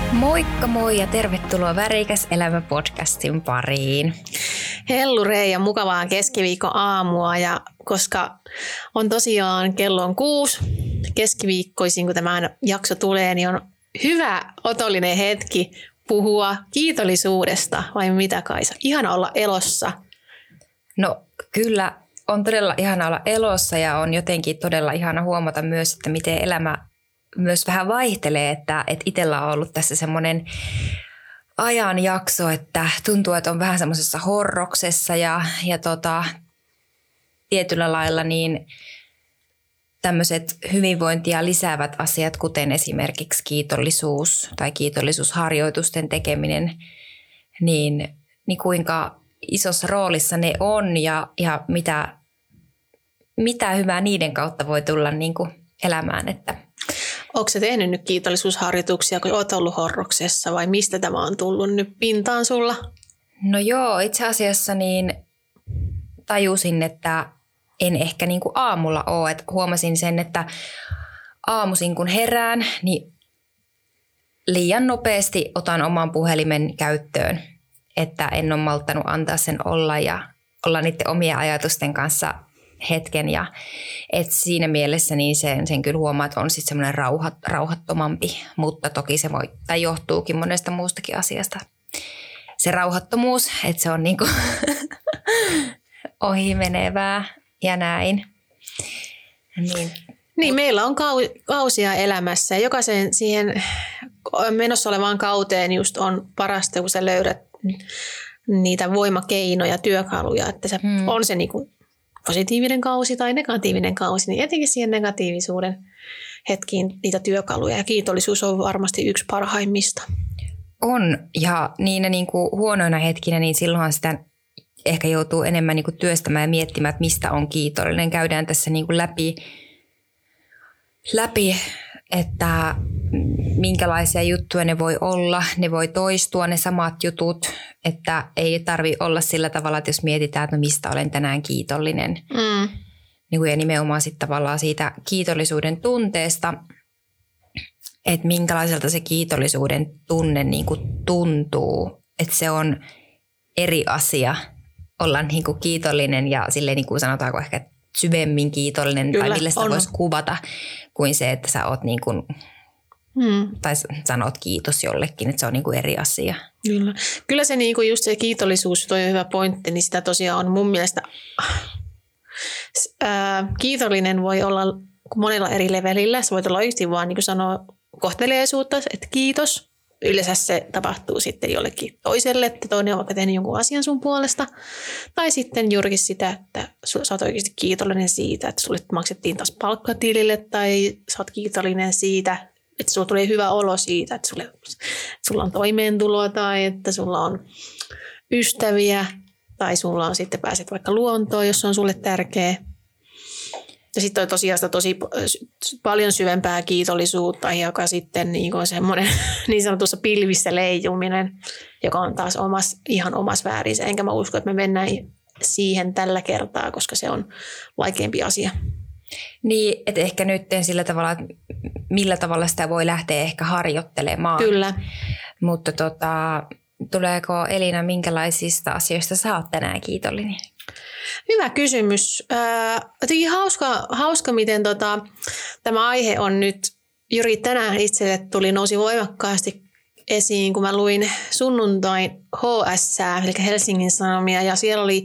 Moikka moi ja tervetuloa Värikäs elämä podcastin pariin. Hellurei ja mukavaa keskiviikon aamua, ja koska on tosiaan kello on 6 keskiviikkoisin, kun tämä jakso tulee, niin on hyvä otollinen hetki puhua kiitollisuudesta, vai mitä Kaisa? Ihana olla elossa. No kyllä on todella ihana olla elossa ja on jotenkin todella ihana huomata myös, että miten elämä myös vähän vaihtelee, että itsellä on ollut tässä semmoinen ajanjakso, että tuntuu, että on vähän semmoisessa horroksessa ja tietyllä lailla niin tämmöiset hyvinvointia lisäävät asiat, kuten esimerkiksi kiitollisuus tai kiitollisuusharjoitusten tekeminen, niin kuinka isossa roolissa ne on ja mitä hyvää niiden kautta voi tulla niin kuin elämään. Että Onko se tehnyt nyt kiitollisuusharjoituksia, kun olet ollut horroksessa, vai mistä tämä on tullut nyt pintaan sulla? No joo, itse asiassa niin tajusin, että en ehkä niin kuin aamulla ole. Että huomasin sen, että aamuisin kun herään, niin liian nopeasti otan oman puhelimen käyttöön. Että en ole malttanut antaa sen olla ja olla niiden omien ajatusten kanssa hetken. Ja et siinä mielessä niin sen kyllä huomaa, että on sitten semmoinen rauhattomampi, mutta toki se voi, tai johtuukin monesta muustakin asiasta. Se rauhattomuus, että se on niinku ohi menevää ja näin. Niin, meillä on kausia elämässä ja jokaisen siihen menossa olevaan kauteen just on parasta, kun sä löydät niitä voimakeinoja, työkaluja, että se on se niinku positiivinen kausi tai negatiivinen kausi, niin etenkin siihen negatiivisuuden hetkiin niitä työkaluja. Ja kiitollisuus on varmasti yksi parhaimmista. On, ja niinä niin kuin huonoina hetkinä, niin silloinhan sitä ehkä joutuu enemmän niin kuin työstämään ja miettimään, että mistä on kiitollinen. Käydään tässä niin kuin läpi, että minkälaisia juttuja ne voi olla. Ne voi toistua, ne samat jutut, että ei tarvitse olla sillä tavalla, että jos mietitään, että no mistä olen tänään kiitollinen. Niin kuin ja nimenomaan sitten tavallaan siitä kiitollisuuden tunteesta, että minkälaiselta se kiitollisuuden tunne niin kuin tuntuu. Että se on eri asia olla niin kuin kiitollinen ja silleen niin kuin sanotaanko ehkä syvemmin kiitollinen. Kyllä, tai millä sitä voisi kuvata kuin se, että sä oot niin kuin tai sanot kiitos jollekin, että se on niin kuin eri asia. Kyllä se niin kuin just se kiitollisuus, toi on hyvä pointti, niin sitä tosiaan on mun mielestä kiitollinen voi olla monella eri levelillä. Se voi olla oikeasti vaan niin kuin sanoa kohteliaisuutta, että kiitos. Yleensä se tapahtuu sitten jollekin toiselle, että toinen on vaikka tehnyt jonkun asian sun puolesta. Tai sitten juurikin sitä, että sä oot oikeasti kiitollinen siitä, että sulle maksettiin taas palkkatilille, tai sä oot kiitollinen siitä, että sulla tulee hyvä olo siitä, että sulla on toimeentuloa tai että sulla on ystäviä tai sulla on sitten pääset vaikka luontoon, jos on sulle tärkeä. Ja sitten on tosiaan sitä tosi paljon syvempää kiitollisuutta, joka sitten niin on semmoinen niin sanotussa pilvissä leijuminen, joka on taas ihan omassa väärinsä. Enkä mä usko, että me mennään siihen tällä kertaa, koska se on vaikeampi asia. Niin, että ehkä nyt sillä tavalla, että millä tavalla sitä voi lähteä ehkä harjoittelemaan. Kyllä. Mutta tuleeko Elina, minkälaisista asioista sä oot tänään kiitollinen? Hyvä kysymys. Jotenkin hauska miten tämä aihe on nyt juuri tänään itselle nousi voimakkaasti esiin, kun mä luin sunnuntain HS, eli Helsingin Sanomia, ja siellä oli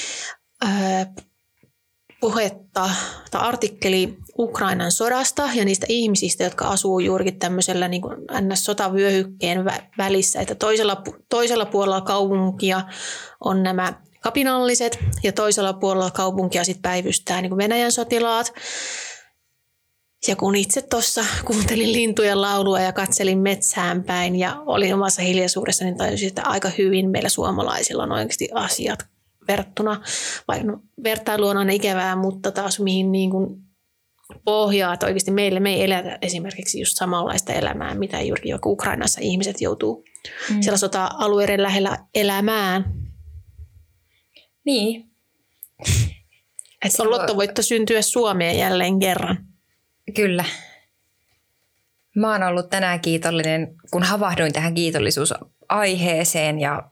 puhetta tai artikkeli Ukrainan sodasta ja niistä ihmisistä, jotka asuu juurikin tämmöisellä niin kuin NS-sotavyöhykkeen välissä, että toisella puolella kaupunkia on nämä kapinalliset ja toisella puolella kaupunkia sitten päivystää niin kuin Venäjän sotilaat. Ja kun itse tuossa kuuntelin lintujen laulua ja katselin metsään päin ja olin omassa hiljaisuudessa, niin tajusin, että aika hyvin meillä suomalaisilla on oikeasti asiat verrattuna. Vaikka vertailuun on ikävää, mutta taas mihin niin kuin pohjaa, että oikeasti me ei elätä esimerkiksi just samanlaista elämää, mitä juuri Ukrainassa ihmiset joutuu siellä sota-alueiden lähellä elämään. Niin. Että on lottovoitto syntyä Suomeen jälleen kerran. Kyllä. Mä oon ollut tänään kiitollinen, kun havahduin tähän kiitollisuusaiheeseen ja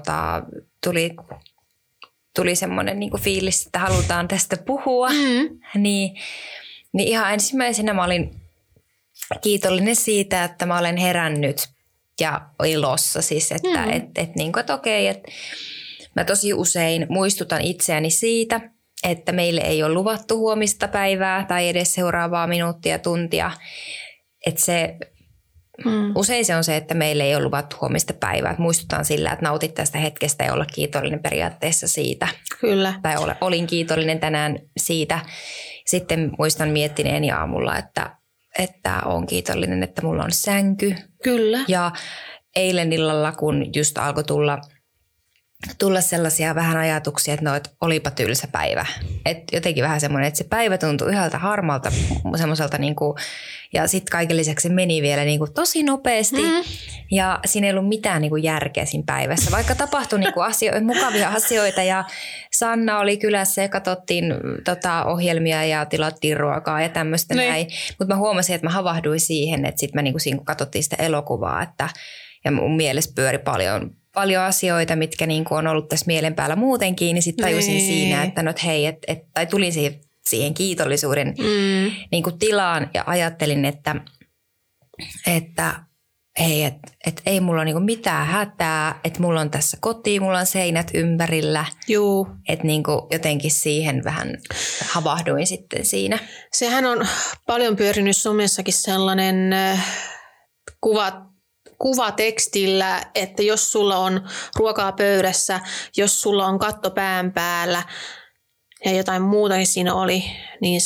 tuli semmoinen niin kuin fiilis, että halutaan tästä puhua. Niin ihan ensimmäisenä mä olin kiitollinen siitä, että mä olen herännyt ja ilossa siis, että okei, että mä tosi usein muistutan itseäni siitä, että meille ei ole luvattu huomista päivää tai edes seuraavaa minuuttia, tuntia. Että usein se on se, että meille ei ole luvattu huomista päivää. Että muistutan sillä, että nautit tästä hetkestä ja olla kiitollinen periaatteessa siitä. Kyllä. Tai olin kiitollinen tänään siitä. Sitten muistan miettineeni aamulla, että olen kiitollinen, että mulla on sänky. Kyllä. Ja eilen illalla, kun just alkoi tulla sellaisia vähän ajatuksia, että olipa tylsä päivä. Että jotenkin vähän semmoinen, että se päivä tuntui yhdeltä harmalta semmoiselta ja sitten kaiken lisäksi se meni vielä tosi nopeasti. Ja siinä ei ollut mitään järkeä siinä päivässä. Vaikka tapahtui mukavia asioita ja Sanna oli kylässä ja katsottiin ohjelmia ja tilattiin ruokaa ja tämmöistä näin. Mutta mä huomasin, että mä havahduin siihen, että sitten mä siinä kun katsottiin sitä elokuvaa, ja mun mielessä pyöri paljon asioita, mitkä on ollut tässä mielen päällä muutenkin, niin sitten tajusin siinä, että tai tulin siihen kiitollisuuden tilaan ja ajattelin, että hei, että ei mulla ole mitään hätää, että mulla on tässä koti, mulla on seinät ympärillä. Juu. Että jotenkin siihen vähän havahduin sitten siinä. Sehän on paljon pyörinyt somessakin sellainen kuva tekstillä, että jos sulla on ruokaa pöydässä, jos sulla on katto pään päällä ja jotain muutakin siinä oli, niin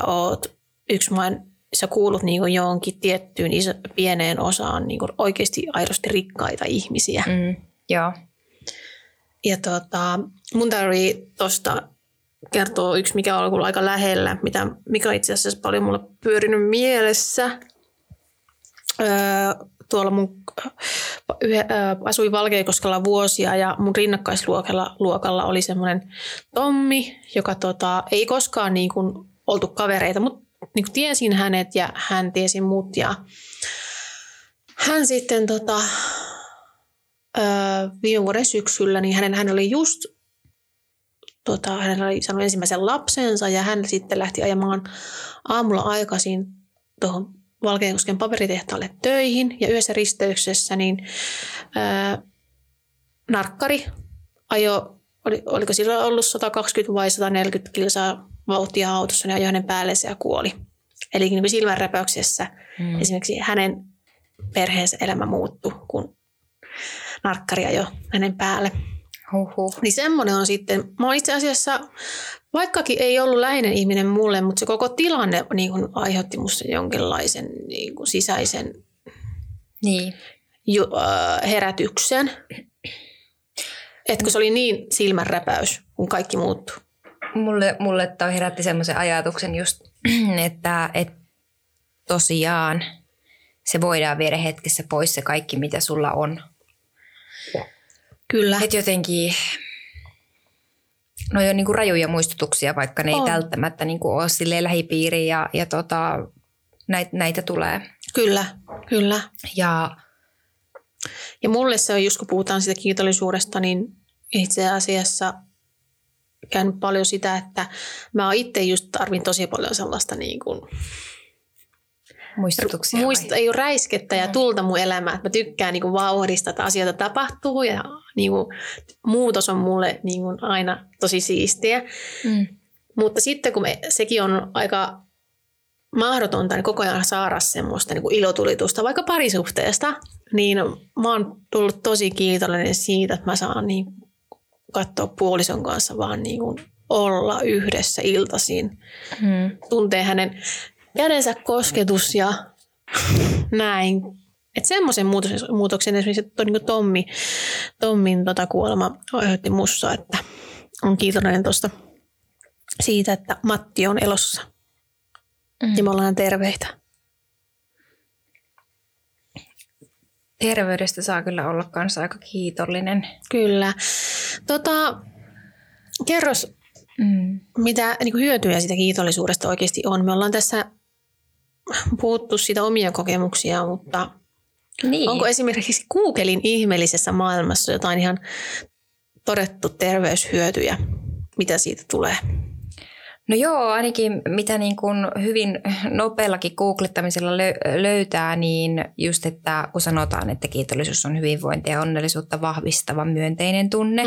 sä kuulut johonkin tiettyyn pieneen osaan oikeasti aidosti rikkaita ihmisiä. Joo. Ja mun tarvii tuosta kertoa yksi, mikä on ollut aika lähellä, mikä on itse asiassa paljon mulle pyörinyt mielessä. Tuolla asuin Valkeakoskella vuosia ja mun rinnakkaisluokalla oli semmoinen Tommi, joka ei koskaan oltu kavereita, mutta tiesin hänet ja hän tiesi mut. Ja hän sitten viime vuoden syksyllä, niin hän oli just, hän oli saanut ensimmäisen lapsensa ja hän sitten lähti ajamaan aamulla aikaisin tuohon Valkeakosken paperitehtaalle töihin ja yhdessä risteyksessä niin narkkari ajoi, oliko sillä ollut 120 vai 140 kilsaa vauhtia autossa, niin ajoi hänen päällensä ja kuoli. Eli silmänräpäyksessä esimerkiksi hänen perheensä elämä muuttui, kun narkkari ajoi hänen päälle. Niin semmoinen on sitten, mä oon itse asiassa, vaikkakin ei ollut läheinen ihminen mulle, mutta se koko tilanne aiheutti musta jonkinlaisen sisäisen herätyksen. Että kun se oli niin silmänräpäys, kun kaikki muuttui. Mulle toi herätti semmoisen ajatuksen just, että tosiaan se voidaan viedä hetkessä pois se kaikki, mitä sulla on. Kyllä. Että jotenkin, no on rajuja muistutuksia, vaikka ne ei välttämättä ole silleen lähipiiriin ja näitä tulee. Kyllä. Ja mulle se on just, kun puhutaan siitä kiitollisuudesta, niin itse asiassa käynyt paljon sitä, että mä oon itse just tarvin tosi paljon sellaista muistutuksia. Ei ole räiskettä ja tulta mun elämään. Mä tykkään vauhdista, että asioita tapahtuu ja muutos on mulle aina tosi siistiä. Mutta sitten kun sekin on aika mahdotonta niin koko ajan saada semmoista ilotulitusta vaikka parisuhteesta, niin mä oon tullut tosi kiitollinen siitä, että mä saan katsoa puolison kanssa vaan olla yhdessä iltaisin. Tuntee hänen kädensä kosketus ja näin. Että semmoisen muutoksen esimerkiksi Tommin kuolema aiheutti mussa, että on kiitollinen siitä, että Matti on elossa. Ja me ollaan terveitä. Terveydestä saa kyllä olla kanssa aika kiitollinen. Kyllä. Kerros, mitä hyötyjä siitä kiitollisuudesta oikeasti on. Me ollaan tässä puhuttu siitä omia kokemuksia, mutta niin. Onko esimerkiksi Googlen ihmeellisessä maailmassa jotain ihan todettu terveyshyötyjä, mitä siitä tulee? No joo, ainakin mitä niin kuin hyvin nopeallakin googlettamisella löytää, niin just, että kun sanotaan, että kiitollisuus on hyvinvointia ja onnellisuutta vahvistava myönteinen tunne.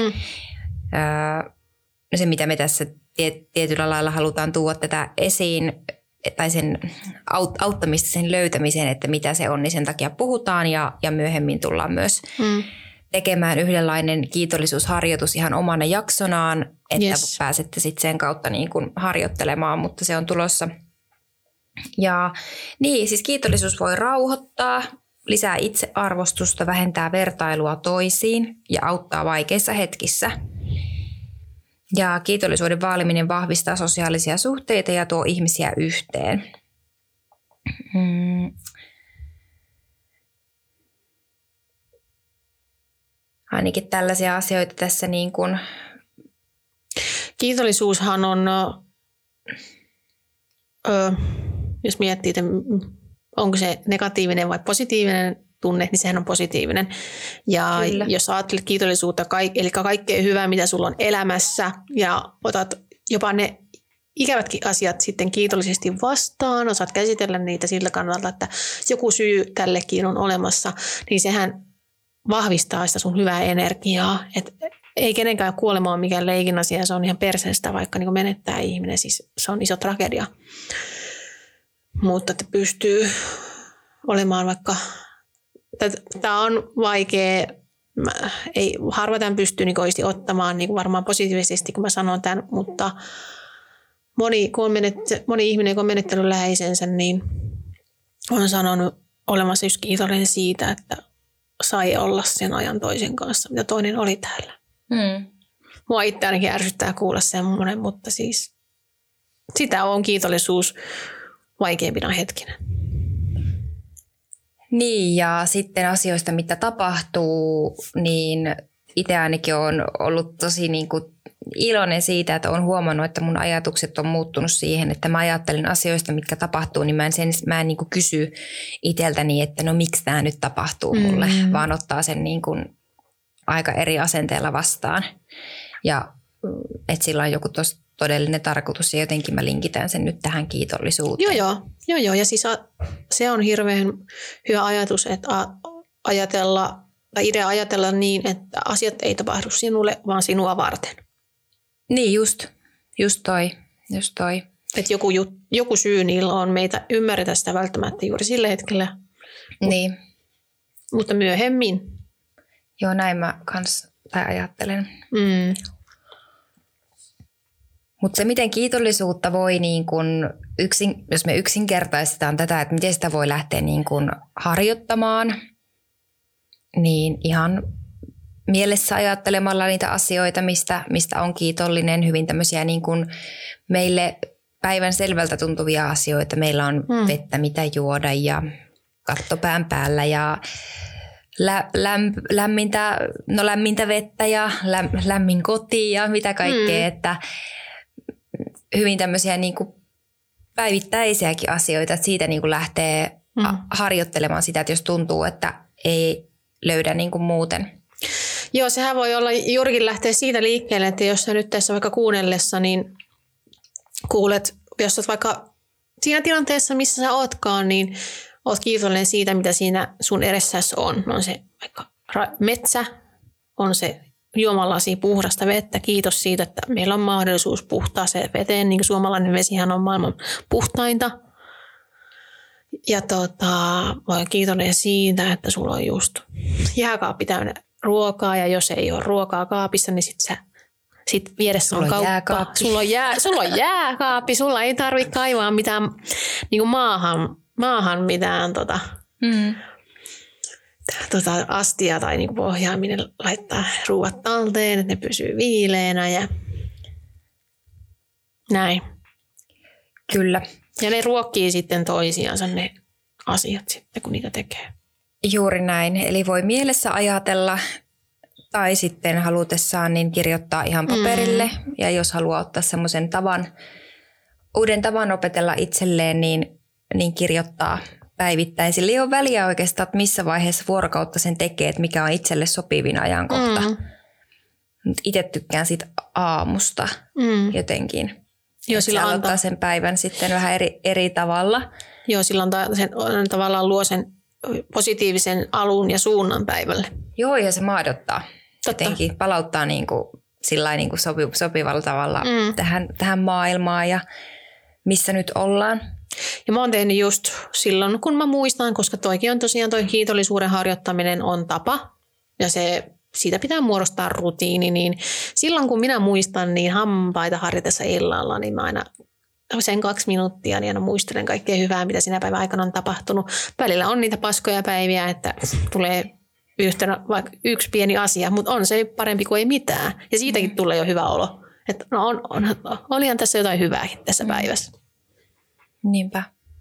Se, mitä me tässä tietyllä lailla halutaan tuoda tätä esiin, tai sen auttamista sen löytämiseen, että mitä se on, niin sen takia puhutaan ja myöhemmin tullaan myös tekemään yhdenlainen kiitollisuusharjoitus ihan omana jaksonaan, että pääsette sitten sen kautta niin kuin harjoittelemaan, mutta se on tulossa. Ja niin, siis kiitollisuus voi rauhoittaa, lisää itsearvostusta, vähentää vertailua toisiin ja auttaa vaikeissa hetkissä. Ja kiitollisuuden vaaliminen vahvistaa sosiaalisia suhteita ja tuo ihmisiä yhteen. Ainakin tällaisia asioita tässä niin kuin. Kiitollisuushan on, jos miettii, että onko se negatiivinen vai positiivinen tunne, niin sehän on positiivinen. Ja kyllä. Jos ajattelet kiitollisuutta, eli kaikkea hyvää, mitä sulla on elämässä, ja otat jopa ne ikävätkin asiat sitten kiitollisesti vastaan, osaat käsitellä niitä sillä kannalta, että joku syy tällekin on olemassa, niin sehän vahvistaa sitä sun hyvää energiaa. Et ei kenenkään kuolema ole mikään leikin asia, se on ihan perseestä, vaikka niin menettää ihminen, siis se on iso tragedia. Mutta että pystyy olemaan vaikka. Tämä on vaikea, harva tämän pystyy niin oikeasti ottamaan niin varmaan positiivisesti, kun mä sanon tämän, mutta moni ihminen, kun on menettänyt läheisensä, niin on sanonut olemassa just kiitollinen siitä, että sai olla sen ajan toisen kanssa, mitä toinen oli täällä. Mua itse ainakin ärsyttää kuulla semmoinen, mutta siis sitä on kiitollisuus vaikeimpina hetkinä. Niin, ja sitten asioista, mitä tapahtuu, niin itse ainakin olen ollut tosi niin kuin iloinen siitä, että olen huomannut, että mun ajatukset on muuttunut siihen, että mä ajattelen asioista, mitkä tapahtuu, niin mä en niin kuin kysy itseltäni, että no miksi tämä nyt tapahtuu mulle, vaan ottaa sen niin kuin aika eri asenteella vastaan. Ja että sillä on joku todellinen tarkoitus ja jotenkin mä linkitän sen nyt tähän kiitollisuuteen. Joo. Ja siis se on hirveän hyvä ajatus, että ajatella niin, että asiat ei tapahdu sinulle, vaan sinua varten. Niin, just toi. Että joku syy niillä on, meitä ymmärretä sitä välttämättä juuri sillä hetkellä. Niin. Mutta myöhemmin. Joo, näin mä kans ajattelen. Mutta se, miten kiitollisuutta voi, niin kun jos me yksinkertaistetaan tätä, että miten sitä voi lähteä niin kun harjoittamaan, niin ihan mielessä ajattelemalla niitä asioita, mistä on kiitollinen, hyvin tämmöisiä niin kun meille päivän selvältä tuntuvia asioita. Meillä on vettä, mitä juoda ja katto pään päällä ja lämmintä vettä ja lämmin koti ja mitä kaikkea, että hyvin tämmöisiä niin kuin päivittäisiäkin asioita, että siitä niin kuin lähtee harjoittelemaan sitä, että jos tuntuu, että ei löydä niin kuin muuten. Joo, sehän voi olla juurikin lähteä siitä liikkeelle, että jos sä nyt tässä vaikka kuunnellessa, niin kuulet, jos olet vaikka siinä tilanteessa, missä sä ootkaan, niin oot kiitollinen siitä, mitä siinä sun edessäsi on. On se vaikka metsä, on se juomalasi puhdasta vettä. Kiitos siitä, että meillä on mahdollisuus puhtaa se veteen, niin kuin suomalainen vesihän on maailman puhtainta. Ja olen kiitollinen siitä, että sulla on just jääkaappi täynnä ruokaa, ja jos ei ole ruokaa kaapissa, niin sit vieressä on kauppa. Sulla on jääkaappi, sulla ei tarvitse kaivaa mitään niin kuin maahan mitään astia tai niin kuin pohjaa, minne laittaa ruuat talteen, että ne pysyy viileänä ja näin. Kyllä. Ja ne ruokkii sitten toisiansa ne asiat sitten, kun niitä tekee. Juuri näin. Eli voi mielessä ajatella tai sitten halutessaan niin kirjoittaa ihan paperille. Ja jos haluaa ottaa semmoisen uuden tavan opetella itselleen, niin niin kirjoittaa päivittäin. Sillä ei ole väliä oikeastaan, että missä vaiheessa vuorokautta sen tekee, että mikä on itselle sopivin ajankohta. Itse tykkään siitä aamusta jotenkin. Joo, sillä aloittaa sen päivän sitten vähän eri tavalla. Joo, silloin tavallaan luo sen positiivisen alun ja suunnan päivälle. Joo, ja se maadottaa. Jotenkin palauttaa niin kuin, sillain niin kuin sopivalla tavalla tähän maailmaan ja missä nyt ollaan. Ja mä oon tehnyt just silloin, kun mä muistan, koska toikin on tosiaan toi kiitollisuuden harjoittaminen on tapa ja siitä pitää muodostaa rutiini, niin silloin kun minä muistan niin hampaita harjoitessa illalla, niin mä aina sen 2 minuuttia niin aina muistelen kaikkea hyvää, mitä siinä päivän aikana on tapahtunut. Välillä on niitä paskoja päiviä, että tulee yhtenä vaikka yksi pieni asia, mutta on se parempi kuin ei mitään. Ja siitäkin tulee jo hyvä olo. Että no olihan tässä jotain hyvääkin tässä päivässä. Niinpä.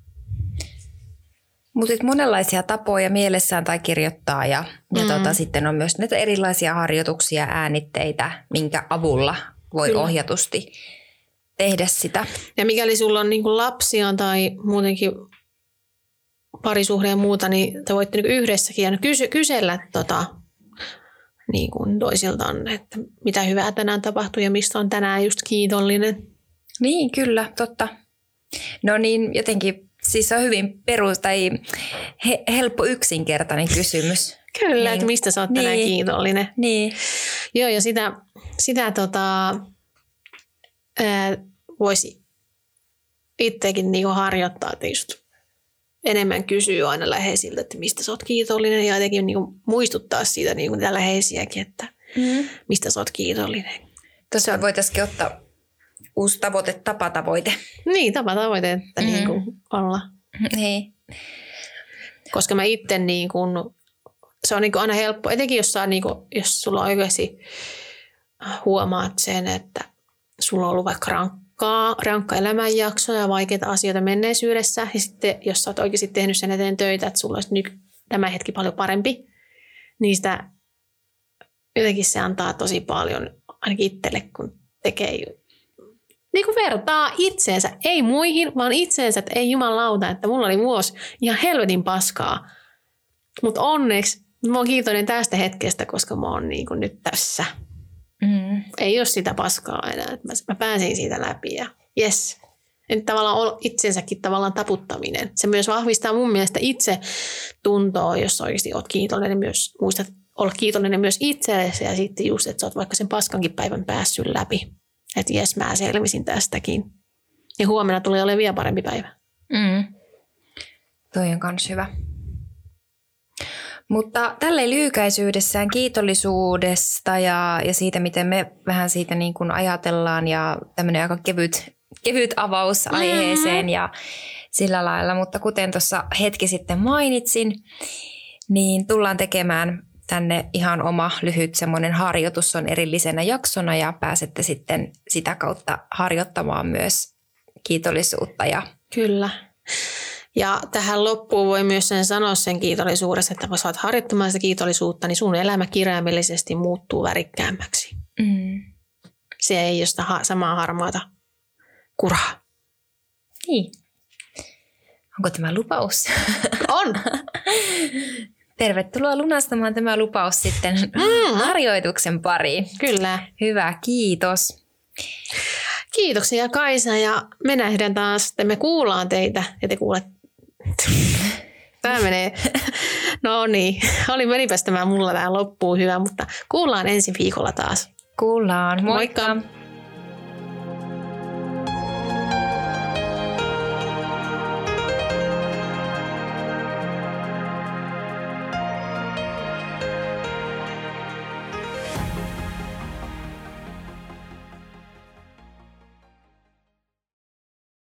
Mutta monenlaisia tapoja mielessään tai kirjoittaa ja sitten on myös näitä erilaisia harjoituksia, äänitteitä, minkä avulla voi ohjatusti tehdä sitä. Ja mikäli sulla on niin lapsia tai muutenkin parisuhde ja muuta, niin te voitte niin yhdessäkin aina kysellä niin kuin toisiltaan, että mitä hyvää tänään tapahtuu ja mistä on tänään just kiitollinen. Niin, kyllä, totta. No niin, jotenkin siis on hyvin tai helppo yksinkertainen kysymys. Kyllä, niin, että mistä sä oot tänään kiitollinen. Niin. Joo, ja sitä voisi itsekin niinku harjoittaa, että just enemmän kysyy aina läheisiltä, että mistä sä oot kiitollinen ja jotenkin niinku muistuttaa siitä niinku niitä läheisiäkin, että mistä sä oot kiitollinen. Tuossa voitaisiin ottaa uusi tapatavoite. Niin, tapatavoite, että niinku olla. Niin. Koska mä itse niinku, se on niinku aina helppo, etenkin jos sulla oikeasti huomaat sen, että sulla on ollut vaikka rankka elämänjakso ja vaikeita asioita menneisyydessä. Ja sitten jos sä oot oikeasti tehnyt sen eteen töitä, että sulla olisi nyt tämä hetki paljon parempi, niin sitä jotenkin se antaa tosi paljon ainakin itselle, kun tekee niin kuin vertaa itseensä, ei muihin, vaan itseensä, että ei jumalauta, että mulla oli vuosi ihan helvetin paskaa. Mutta onneksi mä oon kiitollinen tästä hetkestä, koska mä oon niin kuin nyt tässä. Ei ole sitä paskaa enää, että mä pääsin siitä läpi ja jes. Nyt tavallaan itsensäkin tavallaan taputtaminen. Se myös vahvistaa mun mielestä itse tuntoa, jos oikeasti oot kiitollinen myös, muistat olla kiitollinen myös itsellesi ja sitten just, että sä oot vaikka sen paskankin päivän päässyt läpi. Että jes, mä selvisin tästäkin. Ja huomenna tulee olemaan vielä parempi päivä. Toi on kans hyvä. Mutta tälleen lyhykäisyydessään kiitollisuudesta ja siitä, miten me vähän siitä niin kuin ajatellaan ja tämmöinen aika kevyt avaus aiheeseen ja sillä lailla. Mutta kuten tuossa hetki sitten mainitsin, niin tullaan tekemään tänne ihan oma lyhyt semmoinen harjoitus on erillisenä jaksona ja pääsette sitten sitä kautta harjoittamaan myös kiitollisuutta. Kyllä. Ja tähän loppuun voi myös sen sanoa sen kiitollisuudessa, että kun sä oot harjoittamaan sitä kiitollisuutta, niin sun elämä kirjaimellisesti muuttuu värikkäämmäksi. Se ei ole sitä samaa harmaata kuraa. Niin. Onko tämä lupaus? On. Tervetuloa lunastamaan tämä lupaus sitten harjoituksen pariin. Kyllä. Hyvä, kiitos. Kiitoksia Kaisa ja me nähdään taas, että me kuullaan teitä ja te kuulet. Tämä menee. No niin, menipäs tämä mulla tähän loppuun hyvä, mutta kuullaan ensi viikolla taas. Kuullaan. Moikka.